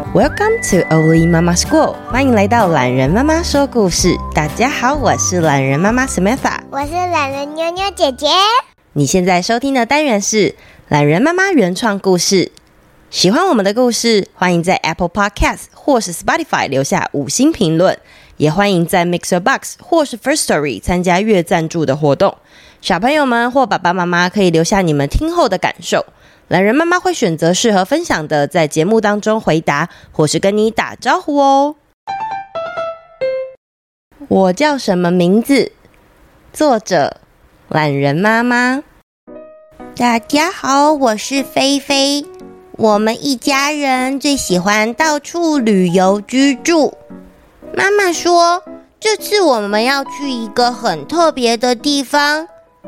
Welcome to Oli Mama School， 欢迎来到懒人妈妈说故事。大家好，我是懒人妈妈 Samantha， 我是懒人妞妞姐姐。 你现在收听的单元是懒人妈妈原创故事。喜欢我们的故事，欢迎在 Apple Podcast 或是 Spotify 留下5星评论，也欢迎在 Mixer Box 或是 First Story 参加月赞助的活动。小朋友们或爸爸妈妈可以留下你们听后的感受，懒人妈妈会选择适合分享的，在节目当中回答或是跟你打招呼哦。我叫什么名字？作者懒人妈妈。 大家好，我是菲菲。我们一家人最喜欢到处旅游居住。妈妈说，这次我们要去一个很特别的地方。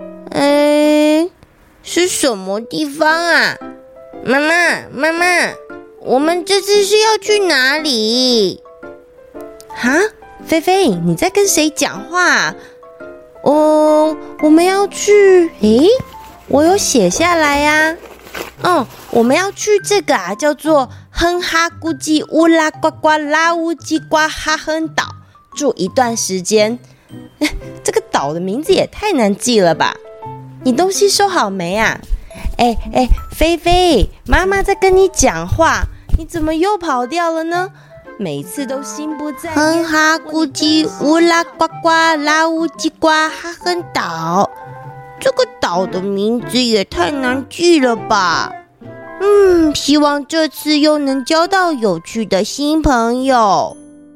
是什么地方啊？妈妈，我们这次是要去哪里？ 哈，菲菲，你在跟谁讲话？我们要去，我有写下来呀。我们要去这个叫做哼哈咕叽乌拉呱呱拉乌叽呱哈哼岛，住一段时间。这个岛的名字也太难记了吧？你东西收好没啊？菲菲，妈妈在跟你讲话，你怎么又跑掉了呢？每次都心不在焉。 哼哈咕叽乌拉呱呱拉乌叽呱哈哼岛，这个岛的名字也太难记了吧。希望这次又能交到有趣的新朋友。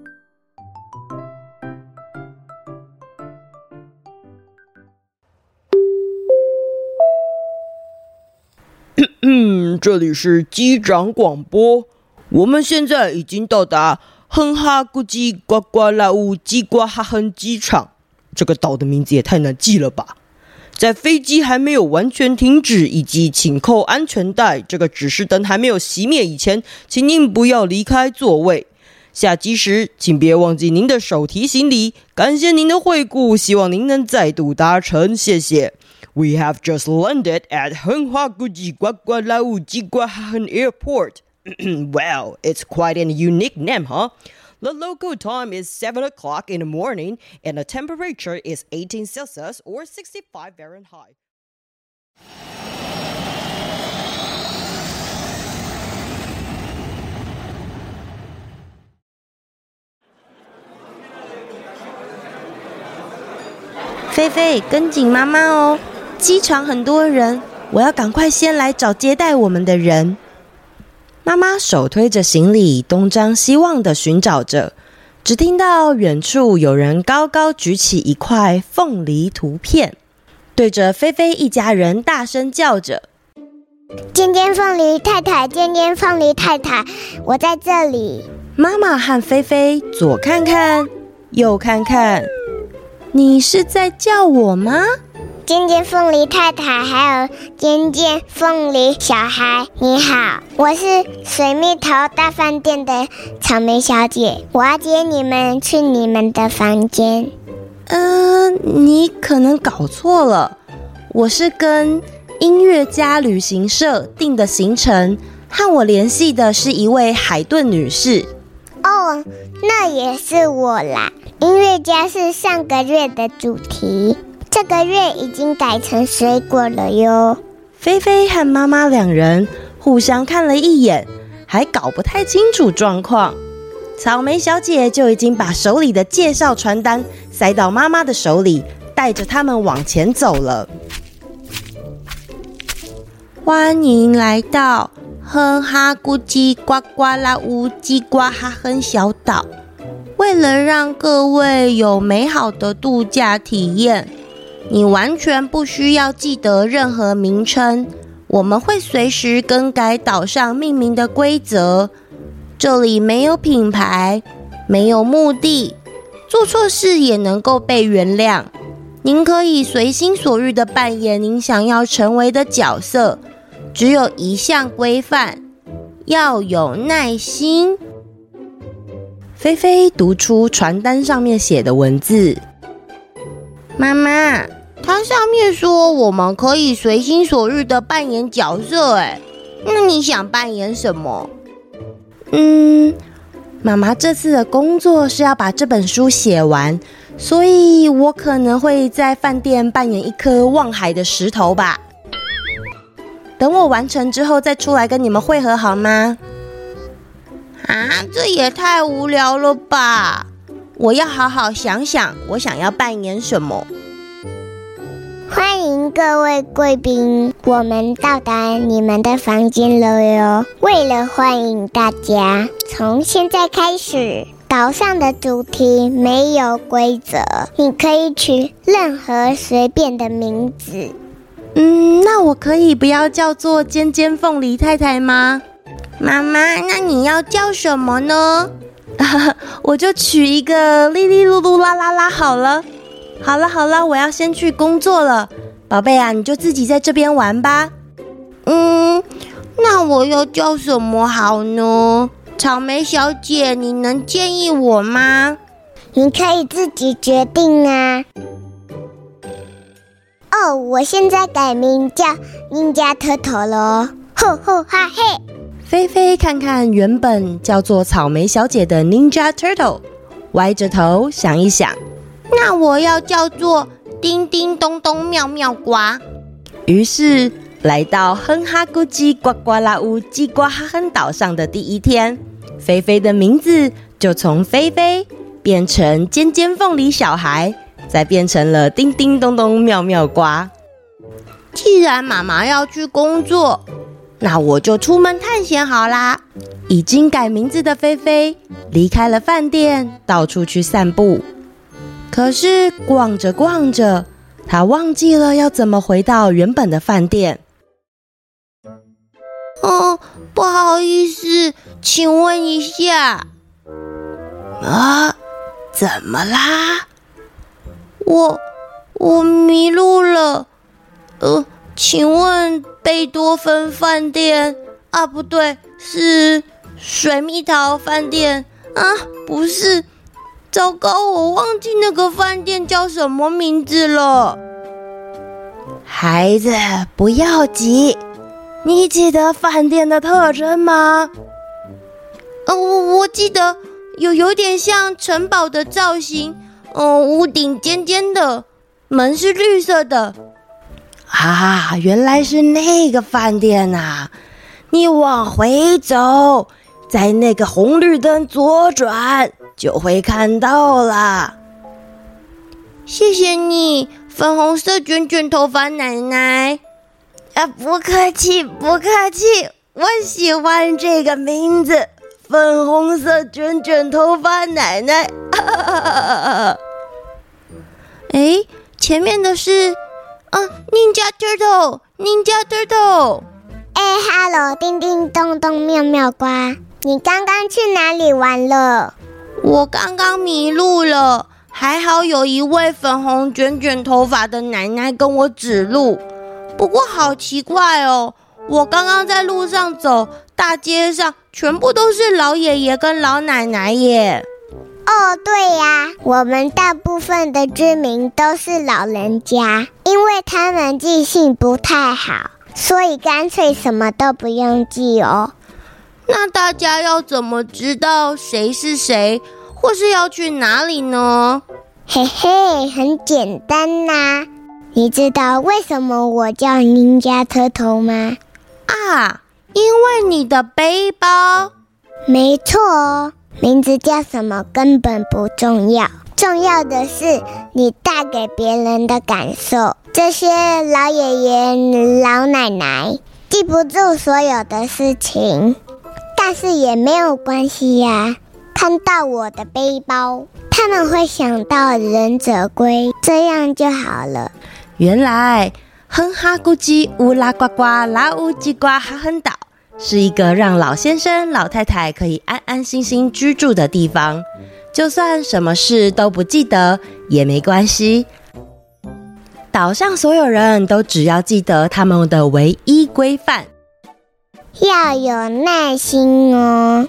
这里是机长广播，我们现在已经到达哼哈咕叽呱呱拉乌叽呱哈哼机场。这个岛的名字也太难记了吧。在飞机还没有完全停止以及请扣安全带这个指示灯还没有熄灭以前，请您不要离开座位。下机时请别忘记您的手提行李。感谢您的惠顾，希望您能再度搭乘，谢谢。We have just landed at Hung Ha Guji Guagua Lau Jiguahan Airport. Well, it's quite a unique name, huh? The local time is 7 o'clock in the morning, and the temperature is 18 Celsius or 65 Fahrenheit. 菲菲，跟紧妈妈哦！机场很多人，我要赶快先来找接待我们的人。妈妈手推着行李，东张西望地寻找着，只听到远处有人高高举起一块凤梨图片，对着菲菲一家人大声叫着：“ 尖尖凤梨太太，尖尖凤梨太太，我在这里。” 妈妈和菲菲左看看，右看看，你是在叫我吗？ 尖尖凤梨太太，还有尖尖凤梨小孩，你好，我是水蜜桃大饭店的草莓小姐，我要接你们去你们的房间。 你可能搞错了，我是跟音乐家旅行社订的行程，和我联系的是一位海顿女士。 那也是我啦。音乐家是上个月的主题，这个月已经改成水果了哟。 菲菲和妈妈两人互相看了一眼，还搞不太清楚状况。草莓小姐就已经把手里的介绍传单塞到妈妈的手里，带着他们往前走了。欢迎来到哼哈咕叽呱呱拉乌叽呱哈哼小岛。为了让各位有美好的度假体验，你完全不需要记得任何名称，我们会随时更改岛上命名的规则。这里没有品牌，没有目的，做错事也能够被原谅。您可以随心所欲地扮演您想要成为的角色，只有一项规范，要有耐心。菲菲读出传单上面写的文字。妈妈，它上面说我们可以随心所欲的扮演角色，那你想扮演什么？ 妈妈这次的工作是要把这本书写完，所以我可能会在饭店扮演一颗望海的石头吧。等我完成之后再出来跟你们会合好吗？ 这也太无聊了吧！我要好好想想，我想要扮演什么。 欢迎各位贵宾，我们到达你们的房间了哟。为了欢迎大家，从现在开始，岛上的主题没有规则，你可以取任何随便的名字。 那我可以不要叫做尖尖凤梨太太吗？ 妈妈，那你要叫什么呢？ 我就取一个哩哩噜噜啦啦啦好了。好了，我要先去工作了。宝贝啊，你就自己在这边玩吧。 那我要叫什么好呢？草莓小姐，你能建议我吗？ 你可以自己决定啊。我现在改名叫Ninja Turtle咯，吼吼哈嘿！ 菲菲看看原本叫做草莓小姐的 Ninja Turtle， 歪着头想一想， 那我要叫做叮叮咚咚妙妙呱。 于是来到哼哈咕叽呱呱啦乌叽呱哈哼岛上的第一天，菲菲的名字就从菲菲变成尖尖凤梨小孩，再变成了叮叮咚咚妙妙呱。 既然妈妈要去工作，那我就出门探险好啦。 已经改名字的菲菲离开了饭店，到处去散步。可是逛着逛着，她忘记了要怎么回到原本的饭店。 不好意思，请问一下。怎么啦？我迷路了。请问贝多芬饭店不对，是水蜜桃饭店不是。糟糕，我忘记那个饭店叫什么名字了。 孩子，不要急，你记得饭店的特征吗？ 我记得有点像城堡的造型，屋顶尖尖的，门是绿色的。 原来是那个饭店啊！你往回走，在那个红绿灯左转，就会看到了。 谢谢你，粉红色卷卷头发奶奶。 不客气，不客气，我喜欢这个名字，粉红色卷卷头发奶奶。 前面的是Ninja Turtle。 Hello， 叮叮咚咚妙妙呱，你刚刚去哪里玩了？ 我刚刚迷路了，还好有一位粉红卷卷头发的奶奶跟我指路。不过好奇怪哦，我刚刚在路上走，大街上全部都是老爷爷跟老奶奶耶。 对呀，我们大部分的居民都是老人家，因为他们记性不太好，所以干脆什么都不用记哦。 那大家要怎么知道谁是谁，或是要去哪里呢？ 嘿嘿，很简单啦。你知道为什么我叫Ninja Turtle吗？ 因为你的背包。 没错哦，名字叫什么根本不重要，重要的是你带给别人的感受。这些老爷爷老奶奶记不住所有的事情，但是也没有关系呀。看到我的背包，他们会想到忍者龟，这样就好了。 原来哼哈咕叽乌拉呱呱啦乌叽呱哈哼岛是一个让老先生老太太可以安安心心居住的地方，就算什么事都不记得也没关系。岛上所有人都只要记得他们的唯一规范， 要有耐心哦。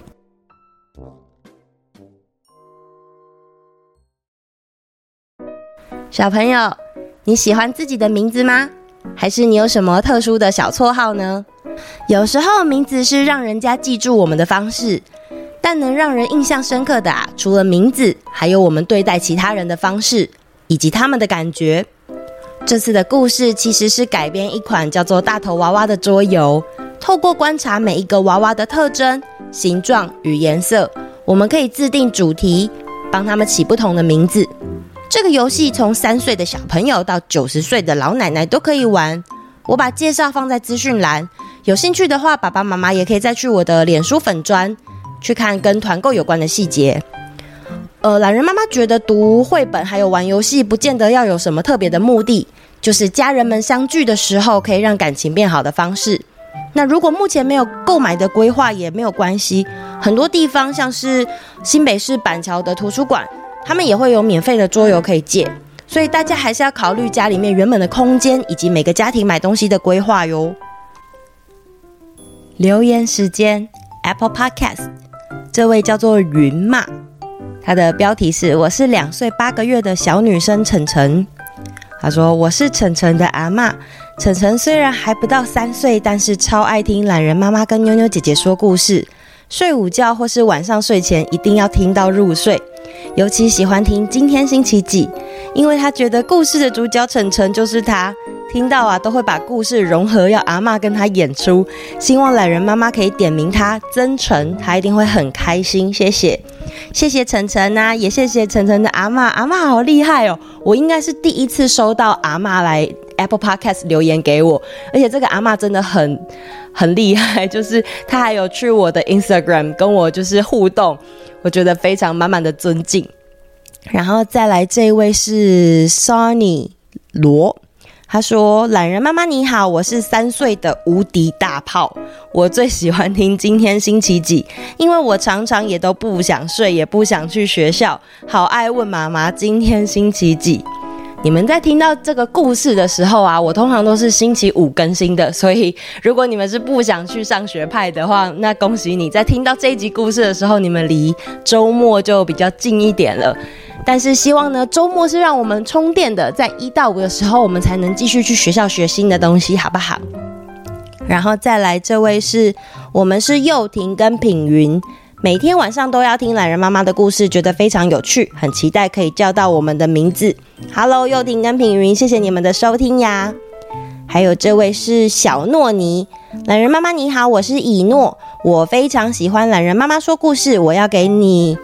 小朋友，你喜欢自己的名字吗？还是你有什么特殊的小绰号呢？有时候名字是让人家记住我们的方式， 但能让人印象深刻的除了名字，还有我们对待其他人的方式，以及他们的感觉。这次的故事其实是改编一款叫做大头娃娃的桌游，透过观察每一个娃娃的特征、形状与颜色，我们可以自定主题，帮他们起不同的名字。这个游戏从3岁的小朋友到90岁的老奶奶都可以玩。我把介绍放在资讯栏，有兴趣的话，爸爸妈妈也可以再去我的脸书粉专去看跟团购有关的细节。懒人妈妈觉得读绘本还有玩游戏不见得要有什么特别的目的，就是家人们相聚的时候可以让感情变好的方式。那如果目前没有购买的规划也没有关系，很多地方像是新北市板桥的图书馆，他们也会有免费的桌游可以借，所以大家还是要考虑家里面原本的空间以及每个家庭买东西的规划哟。留言时间 Apple Podcast， 这位叫做云嘛，他的标题是我是2岁8个月的小女生晨晨。他说我是晨晨的阿嬷，晨晨虽然还不到3岁，但是超爱听懒人妈妈跟妞妞姐姐说故事，睡午觉或是晚上睡前一定要听到入睡，尤其喜欢听今天星期几，因为他觉得故事的主角晨晨就是他，听到都会把故事融合，要阿嬷跟他演出，希望懒人妈妈可以点名他曾晨，他一定会很开心。谢谢晨晨也谢谢晨晨的阿嬷，阿嬷好厉害哦，我应该是第一次收到阿嬷来 Apple Podcast 留言给我，而且这个阿嬷真的很厉害，就是她还有去我的 Instagram 跟我就是互动，我觉得非常满满的尊敬。然后再来这一位是 Sonny 罗，他说懒人妈妈你好，我是3岁的无敌大炮，我最喜欢听今天星期几，因为我常常也都不想睡，也不想去学校，好爱问妈妈今天星期几。你们在听到这个故事的时候我通常都是星期5更新的，所以如果你们是不想去上学派的话，那恭喜你，在听到这一集故事的时候，你们离周末就比较近一点了。但是希望呢，周末是让我们充电的，在1到5的时候，我们才能继续去学校学新的东西，好不好？然后再来这位是我们是幼婷跟品云，每天晚上都要听懒人妈妈的故事，觉得非常有趣，很期待可以叫到我们的名字。Hello， 幼婷跟品云，谢谢你们的收听呀。还有这位是小诺尼，懒人妈妈你好，我是以诺，我非常喜欢懒人妈妈说故事，我要给你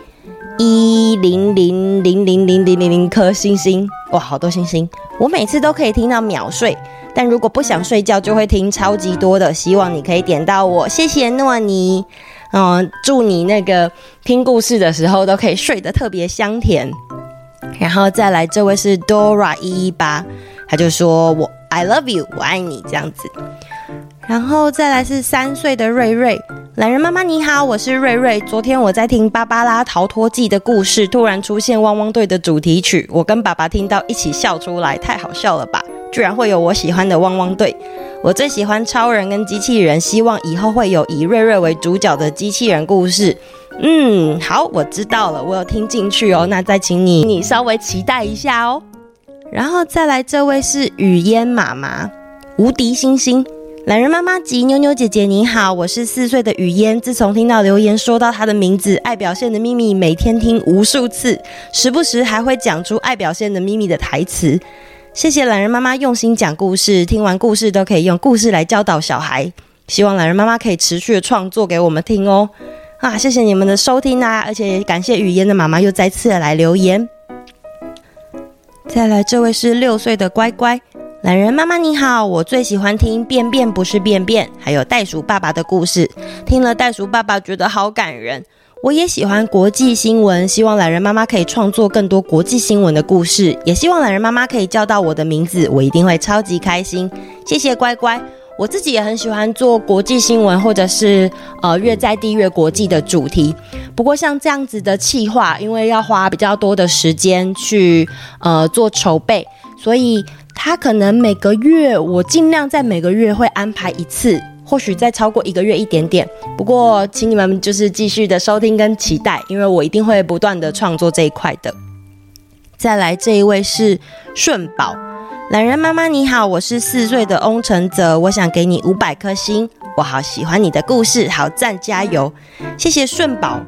100000000颗星星，哇，好多星星！我每次都可以听到秒睡，但如果不想睡觉就会听超级多的，希望你可以点到我，谢谢诺尼。祝你那个听故事的时候都可以睡得特别香甜。然后再来这位是 Dora118， 他就说我 I love you， 我爱你这样子。然后再来是3岁的瑞瑞，懒人妈妈你好，我是瑞瑞。昨天我在听芭芭拉逃脱记的故事，突然出现汪汪队的主题曲，我跟爸爸听到一起笑出来，太好笑了吧，居然会有我喜欢的汪汪队。我最喜欢超人跟机器人，希望以后会有以瑞瑞为主角的机器人故事。好，我知道了，我有听进去哦，那再请你稍微期待一下哦。然后再来这位是雨嫣妈妈，无敌星星，懒人妈妈及妞妞姐姐你好，我是4岁的雨嫣，自从听到留言说到她的名字爱表现的咪咪，每天听无数次，时不时还会讲出爱表现的咪咪的台词。谢谢懒人妈妈用心讲故事，听完故事都可以用故事来教导小孩，希望懒人妈妈可以持续的创作给我们听哦。谢谢你们的收听而且也感谢雨嫣的妈妈又再次来留言。再来这位是6岁的乖乖，懒人妈妈你好，我最喜欢听便便不是便便还有袋鼠爸爸的故事，听了袋鼠爸爸觉得好感人。我也喜欢国际新闻，希望懒人妈妈可以创作更多国际新闻的故事，也希望懒人妈妈可以叫到我的名字，我一定会超级开心。谢谢乖乖，我自己也很喜欢做国际新闻或者是越在地越国际的主题，不过像这样子的企划，因为要花比较多的时间去做筹备，所以它可能每个月我尽量在每个月会安排一次，或许再超过1个月一点点，不过请你们就是继续的收听跟期待，因为我一定会不断的创作这一块的。再来这一位是顺宝，懒人妈妈你好，我是4岁的翁承泽，我想给你500颗星，我好喜欢你的故事，好赞，加油！谢谢顺宝。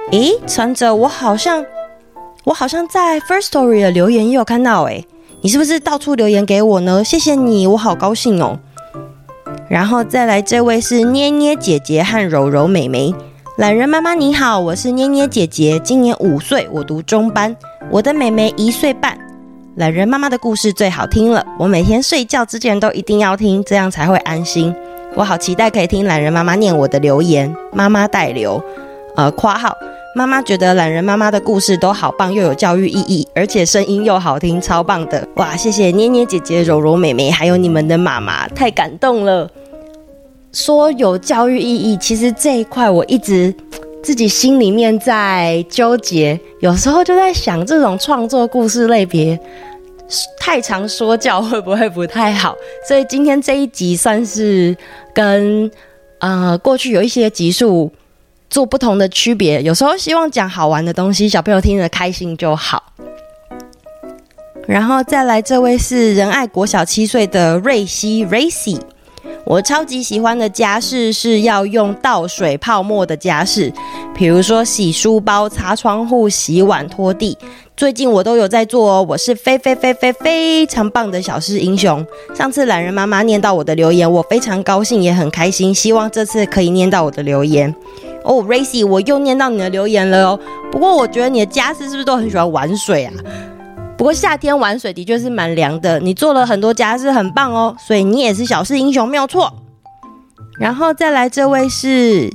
诶，传着我好像在 First Story 的留言也有看到诶，你是不是到处留言给我呢？谢谢你，我好高兴哦。然后再来这位是捏捏姐姐和柔柔妹妹。懒人妈妈你好，我是捏捏姐姐，今年5岁，我读中班，我的妹妹1岁半。懒人妈妈的故事最好听了，我每天睡觉之前都一定要听，这样才会安心。我好期待可以听懒人妈妈念我的留言，妈妈代留。括号妈妈觉得懒人妈妈的故事都好棒，又有教育意义，而且声音又好听，超棒的。哇，谢谢捏捏姐姐、柔柔妹妹，还有你们的妈妈，太感动了。说有教育意义，其实这一块我一直自己心里面在纠结，有时候就在想，这种创作故事类别太常说教会不会不太好，所以今天这一集算是跟过去有一些集数做不同的区别，有时候希望讲好玩的东西，小朋友听得开心就好。然后再来这位是仁爱国小7岁的瑞希 Racy， 我超级喜欢的家事是要用倒水泡沫的家事，比如说洗书包、擦窗户、洗碗、拖地，最近我都有在做哦。我是非常棒的小事英雄。上次懒人妈妈念到我的留言，我非常高兴也很开心，希望这次可以念到我的留言。哦 Racy， 我又念到你的留言了哦。不过我觉得你的家事是不是都很喜欢玩水啊？不过夏天玩水的确是蛮凉的，你做了很多家事，很棒哦，所以你也是小事英雄，没有错。然后再来这位是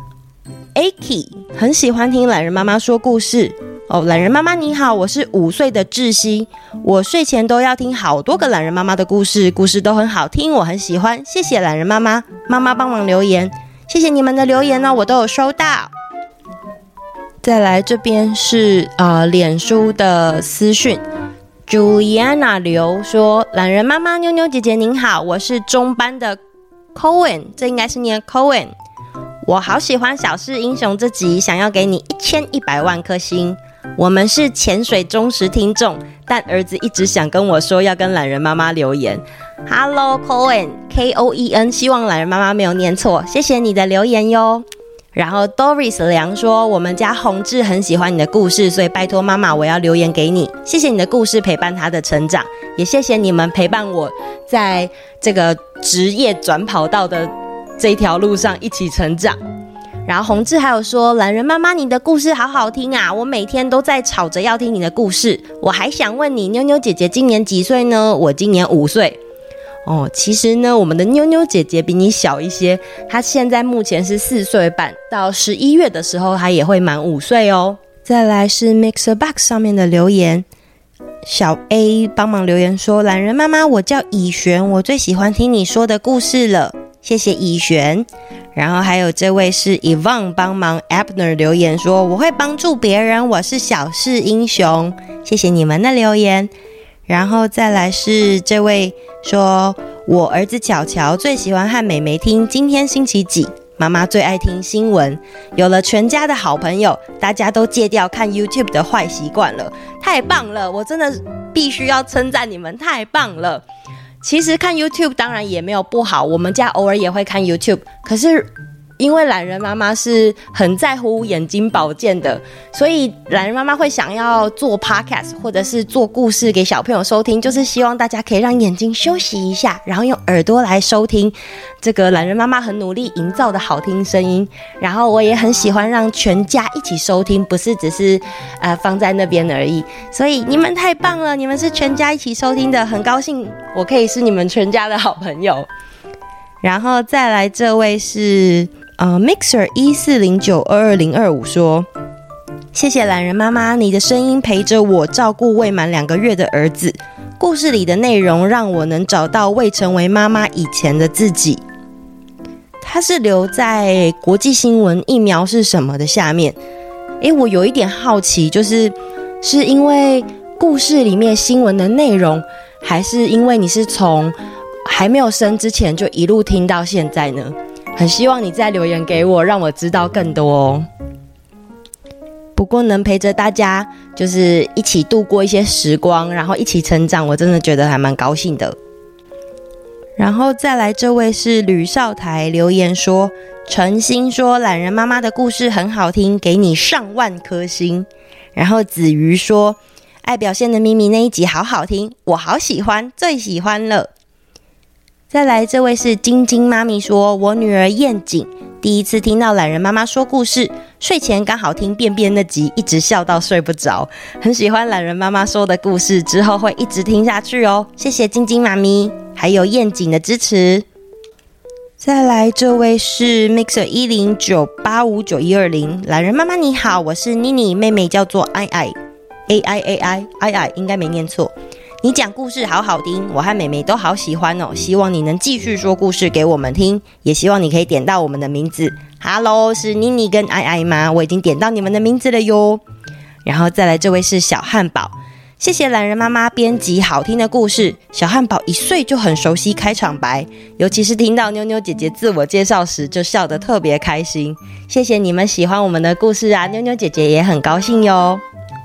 Aki， 很喜欢听懒人妈妈说故事哦。懒人妈妈你好，我是5岁的智熙，我睡前都要听好多个懒人妈妈的故事，故事都很好听，我很喜欢，谢谢懒人妈妈。妈妈帮忙留言，谢谢你们的留言哦，我都有收到。再来这边是脸书的私讯 Juliana 留说，懒人妈妈妞妞姐姐您好，我是中班的 Cohen， 这应该是念 Cohen， 我好喜欢小事英雄这集，想要给你1100万颗星。我们是潜水忠实听众，但儿子一直想跟我说要跟懒人妈妈留言。Hello Cohen K-O-E-N， 希望懒人妈妈没有念错，谢谢你的留言哟。然后 Doris 梁说，我们家宏志很喜欢你的故事，所以拜托妈妈我要留言给你，谢谢你的故事陪伴他的成长，也谢谢你们陪伴我在这个职业转跑道的这条路上一起成长。然后宏志还有说，懒人妈妈你的故事好好听啊，我每天都在吵着要听你的故事。我还想问你，妞妞姐姐今年几岁呢？我今年5岁。哦，其实呢，我们的妞妞姐姐比你小一些，她现在目前是4岁半，到11月的时候她也会满5岁哦。再来是 Mixerbox 上面的留言，小 A 帮忙留言说，懒人妈妈我叫以璇，我最喜欢听你说的故事了，谢谢以璇。然后还有这位是 Yvonne 帮忙 Abner 留言说，我会帮助别人，我是小事英雄，谢谢你们的留言。然后再来是这位说，我儿子巧巧最喜欢和妹妹听今天星期几，妈妈最爱听新闻，有了全家的好朋友，大家都戒掉看 YouTube 的坏习惯了，太棒了，我真的必须要称赞你们，太棒了。其实看 YouTube 当然也没有不好，我们家偶尔也会看 YouTube， 可是因为懒人妈妈是很在乎眼睛保健的，所以懒人妈妈会想要做 podcast 或者是做故事给小朋友收听，就是希望大家可以让眼睛休息一下，然后用耳朵来收听这个懒人妈妈很努力营造的好听声音。然后我也很喜欢让全家一起收听，不是只是放在那边而已。所以你们太棒了，你们是全家一起收听的，很高兴我可以是你们全家的好朋友。然后再来这位是Mixer 14092225说，谢谢懒人妈妈，你的声音陪着我照顾未满2个月的儿子，故事里的内容让我能找到未成为妈妈以前的自己。他是留在国际新闻疫苗是什么的下面。我有一点好奇，是因为故事里面新闻的内容，还是因为你是从还没有生之前就一路听到现在呢？很希望你再留言给我，让我知道更多哦。不过能陪着大家就是一起度过一些时光，然后一起成长，我真的觉得还蛮高兴的。然后再来这位是吕少台留言说， 诚心说懒人妈妈的故事很好听，给你上万颗星。然后子瑜说爱表现的咪咪那一集好好听，我好喜欢，最喜欢了。再来这位是晶晶妈咪说，我女儿燕景第一次听到懒人妈妈说故事，睡前刚好听便便那集，一直笑到睡不着，很喜欢懒人妈妈说的故事，之后会一直听下去哦。谢谢晶晶妈咪还有燕景的支持。再来这位是 Mixer 109859120，懒人妈妈你好，我是妮妮，妹妹叫做爱爱 AI 应该没念错。你讲故事好好听，我和妹妹都好喜欢哦，希望你能继续说故事给我们听，也希望你可以点到我们的名字。Hello， 是妮妮跟爱爱吗？我已经点到你们的名字了哟。然后再来这位是小汉堡，谢谢懒人妈妈编辑好听的故事。小汉堡1岁就很熟悉开场白，尤其是听到妞妞姐姐自我介绍时就笑得特别开心。谢谢你们喜欢我们的故事啊，妞妞姐姐也很高兴哟。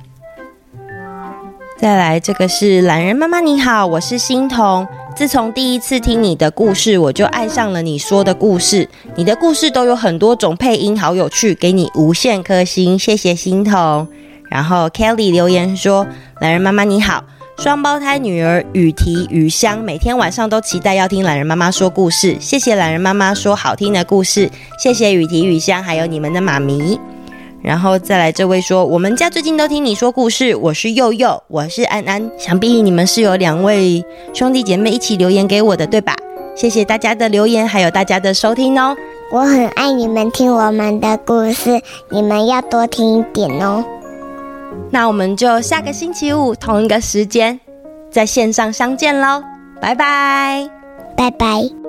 再来这个是懒人妈妈你好，我是欣彤，自从第一次听你的故事，我就爱上了你说的故事，你的故事都有很多种配音，好有趣，给你无限颗星，谢谢欣彤。然后 Kelly 留言说，懒人妈妈你好，双胞胎女儿雨提雨香每天晚上都期待要听懒人妈妈说故事，谢谢懒人妈妈说好听的故事，谢谢雨提雨香还有你们的妈咪。然后再来这位说，我们家最近都听你说故事，我是佑佑，我是安安，想必你们是有2位兄弟姐妹一起留言给我的对吧？谢谢大家的留言还有大家的收听哦。 我很爱你们听我们的故事，你们要多听一点哦。 那我们就下个星期五同一个时间在线上相见咯，拜拜拜拜。